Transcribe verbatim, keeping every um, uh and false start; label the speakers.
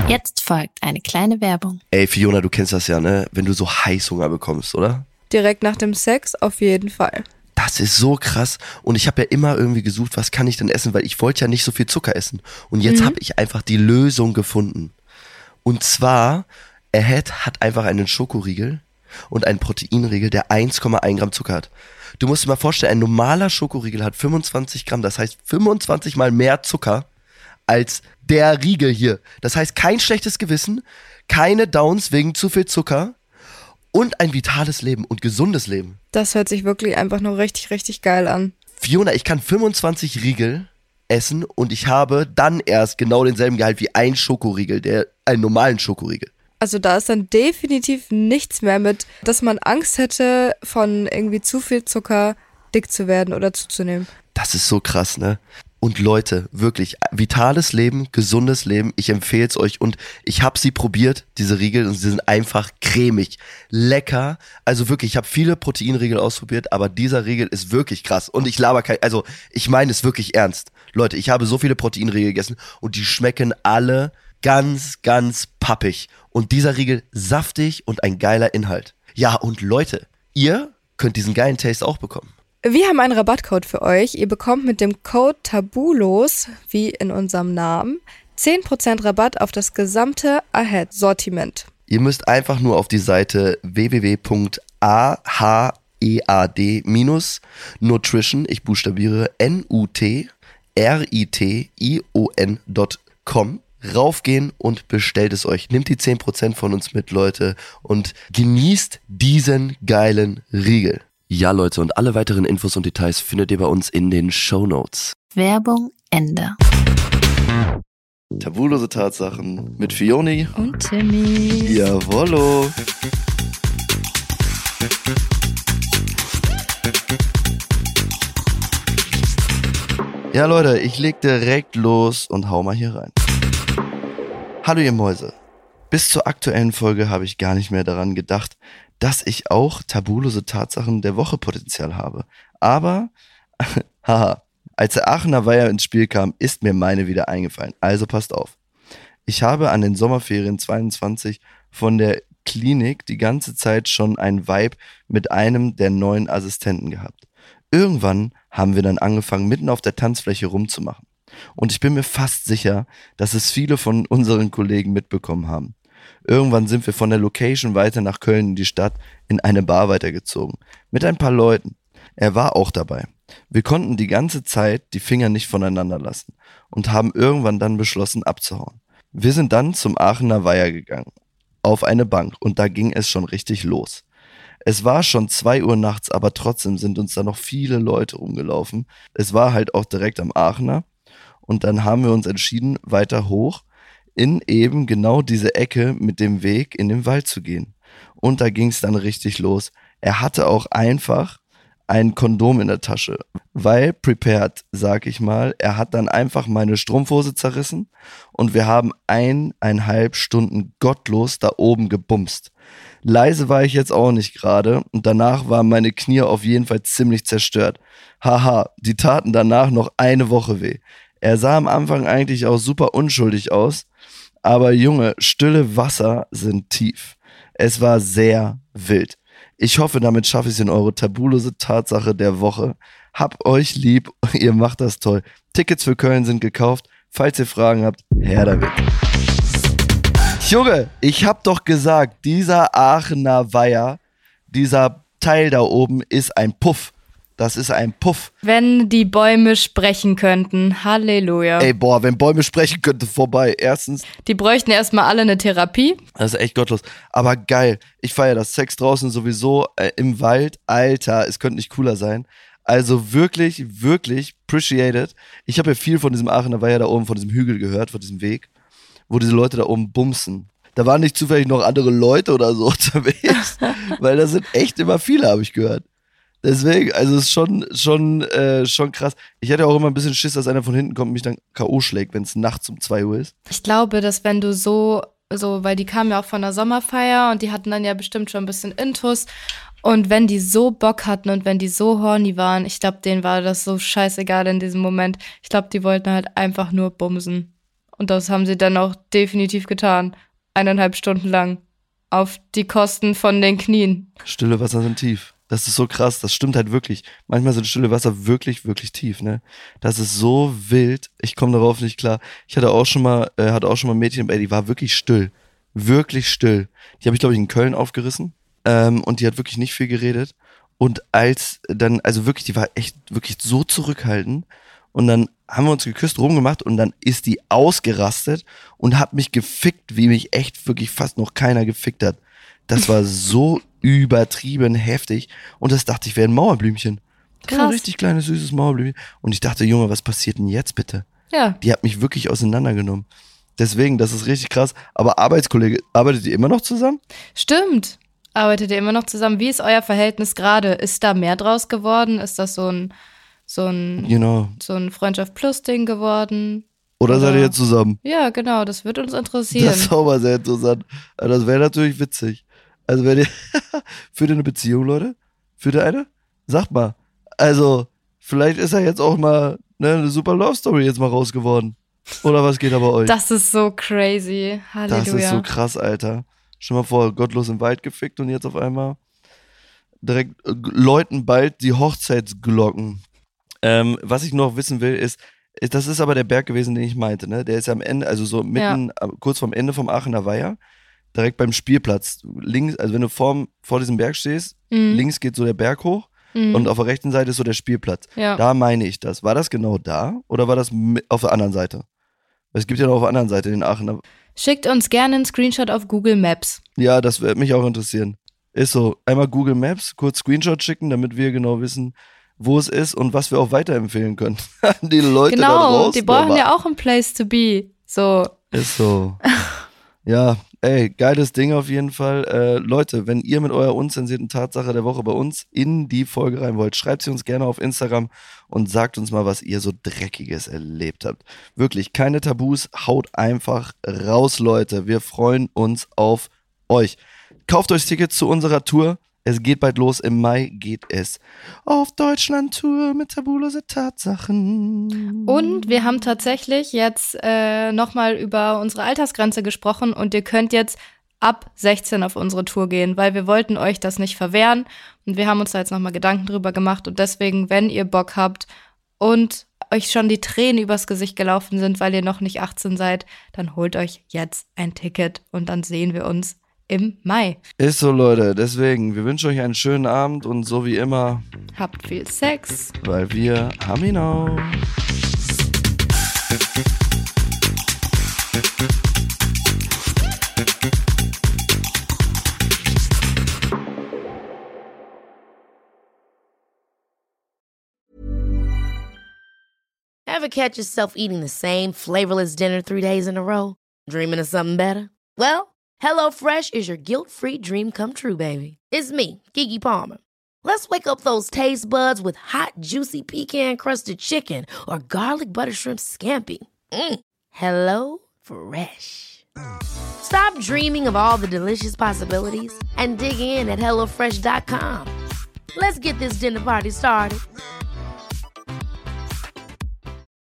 Speaker 1: Jetzt folgt eine kleine Werbung.
Speaker 2: Ey, Fiona, du kennst das ja, ne? Wenn du so Heißhunger bekommst, oder?
Speaker 3: Direkt nach dem Sex auf jeden Fall.
Speaker 2: Das ist so krass. Und ich habe ja immer irgendwie gesucht, was kann ich denn essen, weil ich wollte ja nicht so viel Zucker essen. Und jetzt mhm. habe ich einfach die Lösung gefunden. Und zwar, Ahead hat einfach einen Schokoriegel und einen Proteinriegel, der eins Komma eins Gramm Zucker hat. Du musst dir mal vorstellen, ein normaler Schokoriegel hat fünfundzwanzig Gramm, das heißt fünfundzwanzig mal mehr Zucker als der Riegel hier. Das heißt, kein schlechtes Gewissen, keine Downs wegen zu viel Zucker und ein vitales Leben und gesundes Leben.
Speaker 3: Das hört sich wirklich einfach nur richtig, richtig geil an.
Speaker 2: Fiona, ich kann fünfundzwanzig Riegel essen und ich habe dann erst genau denselben Gehalt wie ein Schokoriegel, der einen normalen Schokoriegel.
Speaker 3: Also da ist dann definitiv nichts mehr mit, dass man Angst hätte, von irgendwie zu viel Zucker dick zu werden oder zuzunehmen.
Speaker 2: Das ist so krass, ne? Und Leute, wirklich, vitales Leben, gesundes Leben, ich empfehle es euch und ich habe sie probiert, diese Riegel, und sie sind einfach cremig, lecker, also wirklich, ich habe viele Proteinriegel ausprobiert, aber dieser Riegel ist wirklich krass und ich laber kein, also ich meine es wirklich ernst. Leute, ich habe so viele Proteinriegel gegessen und die schmecken alle ganz, ganz pappig und dieser Riegel saftig und ein geiler Inhalt. Ja, und Leute, ihr könnt diesen geilen Taste auch bekommen.
Speaker 3: Wir haben einen Rabattcode für euch. Ihr bekommt mit dem Code TABULOS, wie in unserem Namen, zehn Prozent Rabatt auf das gesamte Ahead-Sortiment.
Speaker 2: Ihr müsst einfach nur auf die Seite w w w punkt a h e a d nutrition, ich buchstabiere N U T R I T I O N Punkt com, raufgehen und bestellt es euch. Nehmt die zehn Prozent von uns mit, Leute, und genießt diesen geilen Riegel. Ja, Leute, und alle weiteren Infos und Details findet ihr bei uns in den Shownotes.
Speaker 1: Werbung Ende.
Speaker 2: Tabulose Tatsachen mit Fioni
Speaker 1: und Timmy.
Speaker 2: Jawollo. Ja, Leute, ich leg direkt los und hau mal hier rein. Hallo ihr Mäuse. Bis zur aktuellen Folge habe ich gar nicht mehr daran gedacht, dass ich auch tabulose Tatsachen der Woche Potenzial habe. Aber, haha, als der Aachener Weiher ins Spiel kam, ist mir meine wieder eingefallen. Also passt auf. Ich habe an den Sommerferien zweiundzwanzig von der Klinik die ganze Zeit schon ein Vibe mit einem der neuen Assistenten gehabt. Irgendwann haben wir dann angefangen, mitten auf der Tanzfläche rumzumachen. Und ich bin mir fast sicher, dass es viele von unseren Kollegen mitbekommen haben. Irgendwann sind wir von der Location weiter nach Köln in die Stadt in eine Bar weitergezogen. Mit ein paar Leuten. Er war auch dabei. Wir konnten die ganze Zeit die Finger nicht voneinander lassen und haben irgendwann dann beschlossen abzuhauen. Wir sind dann zum Aachener Weiher gegangen. Auf eine Bank und da ging es schon richtig los. Es war schon zwei Uhr nachts, aber trotzdem sind uns da noch viele Leute rumgelaufen. Es war halt auch direkt am Aachener und dann haben wir uns entschieden, weiter hoch in eben genau diese Ecke mit dem Weg in den Wald zu gehen. Und da ging es dann richtig los. Er hatte auch einfach ein Kondom in der Tasche, weil prepared, sag ich mal. Er hat dann einfach meine Strumpfhose zerrissen und wir haben eineinhalb Stunden gottlos da oben gebumst. Leise war ich jetzt auch nicht gerade und danach waren meine Knie auf jeden Fall ziemlich zerstört. Haha, die taten danach noch eine Woche weh. Er sah am Anfang eigentlich auch super unschuldig aus, aber Junge, stille Wasser sind tief. Es war sehr wild. Ich hoffe, damit schaffe ich es in eure tabulose Tatsache der Woche. Hab euch lieb, ihr macht das toll. Tickets für Köln sind gekauft. Falls ihr Fragen habt, her damit. Junge, ich hab doch gesagt, dieser Aachener Weiher, dieser Teil da oben ist ein Puff. Das ist ein Puff.
Speaker 3: Wenn die Bäume sprechen könnten. Halleluja.
Speaker 2: Ey, boah, wenn Bäume sprechen könnten, vorbei. Erstens.
Speaker 3: Die bräuchten erstmal alle eine Therapie.
Speaker 2: Das ist echt gottlos. Aber geil. Ich feiere das. Sex draußen sowieso, äh, im Wald. Alter, es könnte nicht cooler sein. Also wirklich, wirklich appreciated. Ich habe ja viel von diesem Aachener Weiher da oben, von diesem Hügel gehört, von diesem Weg, wo diese Leute da oben bumsen. Da waren nicht zufällig noch andere Leute oder so unterwegs. Weil da sind echt immer viele, habe ich gehört. Deswegen, also es ist schon, schon, äh, schon krass. Ich hatte auch immer ein bisschen Schiss, dass einer von hinten kommt und mich dann K O schlägt, wenn es nachts um zwei Uhr ist.
Speaker 3: Ich glaube, dass wenn du so, so, weil die kamen ja auch von der Sommerfeier und die hatten dann ja bestimmt schon ein bisschen Intus. Und wenn die so Bock hatten und wenn die so horny waren, ich glaube, denen war das so scheißegal in diesem Moment. Ich glaube, die wollten halt einfach nur bumsen. Und das haben sie dann auch definitiv getan. Eineinhalb Stunden lang. Auf die Kosten von den Knien.
Speaker 2: Stille Wasser sind tief. Das ist so krass, das stimmt halt wirklich. Manchmal sind stille Wasser wirklich, wirklich tief, ne? Das ist so wild, ich komme darauf nicht klar. Ich hatte auch schon mal, äh, hatte auch schon mal ein Mädchen, ey, die war wirklich still. Wirklich still. Die habe ich, glaube ich, in Köln aufgerissen. Ähm, und die hat wirklich nicht viel geredet. Und als dann, also wirklich, die war echt wirklich so zurückhaltend. Und dann haben wir uns geküsst, rumgemacht und dann ist die ausgerastet und hat mich gefickt, wie mich echt wirklich fast noch keiner gefickt hat. Das war so übertrieben heftig und das dachte ich wäre ein Mauerblümchen.
Speaker 3: Krass.
Speaker 2: Ein richtig kleines, süßes Mauerblümchen. Und ich dachte, Junge, was passiert denn jetzt bitte?
Speaker 3: Ja.
Speaker 2: Die hat mich wirklich auseinandergenommen. Deswegen, das ist richtig krass. Aber Arbeitskollege, arbeitet ihr immer noch zusammen?
Speaker 3: Stimmt. Arbeitet ihr immer noch zusammen? Wie ist euer Verhältnis gerade? Ist da mehr draus geworden? Ist das so ein so ein,
Speaker 2: Genau.
Speaker 3: so ein Freundschaft-Plus-Ding geworden?
Speaker 2: Oder, Oder seid ihr jetzt zusammen?
Speaker 3: Ja, genau, das wird uns interessieren.
Speaker 2: Das ist auch mal sehr interessant. Das wäre natürlich witzig. Also wenn ihr, führt ihr eine Beziehung, Leute? Führt ihr eine? Sagt mal. Also, vielleicht ist ja jetzt auch mal ne, eine super Love-Story jetzt mal raus geworden. Oder was geht da bei euch?
Speaker 3: Das ist so crazy. Halleluja.
Speaker 2: Das ist so krass, Alter. Schon mal vor, gottlos im Wald gefickt und jetzt auf einmal direkt äh, läuten bald die Hochzeitsglocken. Ähm, was ich noch wissen will, ist, ist, das ist aber der Berg gewesen, den ich meinte, ne? Der ist ja am Ende, also so mitten, ja. kurz vorm Ende vom Aachener Weiher, direkt beim Spielplatz. Links, also wenn du vorm, vor diesem Berg stehst, mhm. links geht so der Berg hoch mhm. und auf der rechten Seite ist so der Spielplatz. Ja. Da meine ich das. War das genau da oder war das auf der anderen Seite? Es gibt ja noch auf der anderen Seite den Aachener.
Speaker 3: Schickt uns gerne einen Screenshot auf Google Maps.
Speaker 2: Ja, das würde mich auch interessieren. Ist so, einmal Google Maps, kurz Screenshot schicken, damit wir genau wissen, wo es ist und was wir auch weiterempfehlen können. Die Leute
Speaker 3: genau,
Speaker 2: da draußen.
Speaker 3: Die brauchen ja auch ein Place to be. So.
Speaker 2: Ist so. Ja, ey, geiles Ding auf jeden Fall. Äh, Leute, wenn ihr mit eurer unzensierten Tatsache der Woche bei uns in die Folge rein wollt, schreibt sie uns gerne auf Instagram und sagt uns mal, was ihr so Dreckiges erlebt habt. Wirklich, keine Tabus, haut einfach raus, Leute. Wir freuen uns auf euch. Kauft euch Tickets zu unserer Tour. Es geht bald los, im Mai geht es auf Deutschland-Tour mit tabulose Tatsachen.
Speaker 3: Und wir haben tatsächlich jetzt äh, nochmal über unsere Altersgrenze gesprochen und ihr könnt jetzt ab sechzehn auf unsere Tour gehen, weil wir wollten euch das nicht verwehren und wir haben uns da jetzt nochmal Gedanken drüber gemacht und deswegen, wenn ihr Bock habt und euch schon die Tränen übers Gesicht gelaufen sind, weil ihr noch nicht achtzehn seid, dann holt euch jetzt ein Ticket und dann sehen wir uns im Mai.
Speaker 2: Ist so, Leute. Deswegen, wir wünschen euch einen schönen Abend und so wie immer,
Speaker 3: habt viel Sex.
Speaker 2: Weil wir haben ihn auch.
Speaker 4: Ever catch yourself eating the same flavorless dinner three days in a row? Dreaming of something better? Well, HelloFresh is your guilt-free dream come true, baby. It's me, Keke Palmer. Let's wake up those taste buds with hot, juicy pecan-crusted chicken or garlic butter shrimp scampi. Mm. Hello Fresh. Stop dreaming of all the delicious possibilities and dig in at hello fresh dot com. Let's get this dinner party started.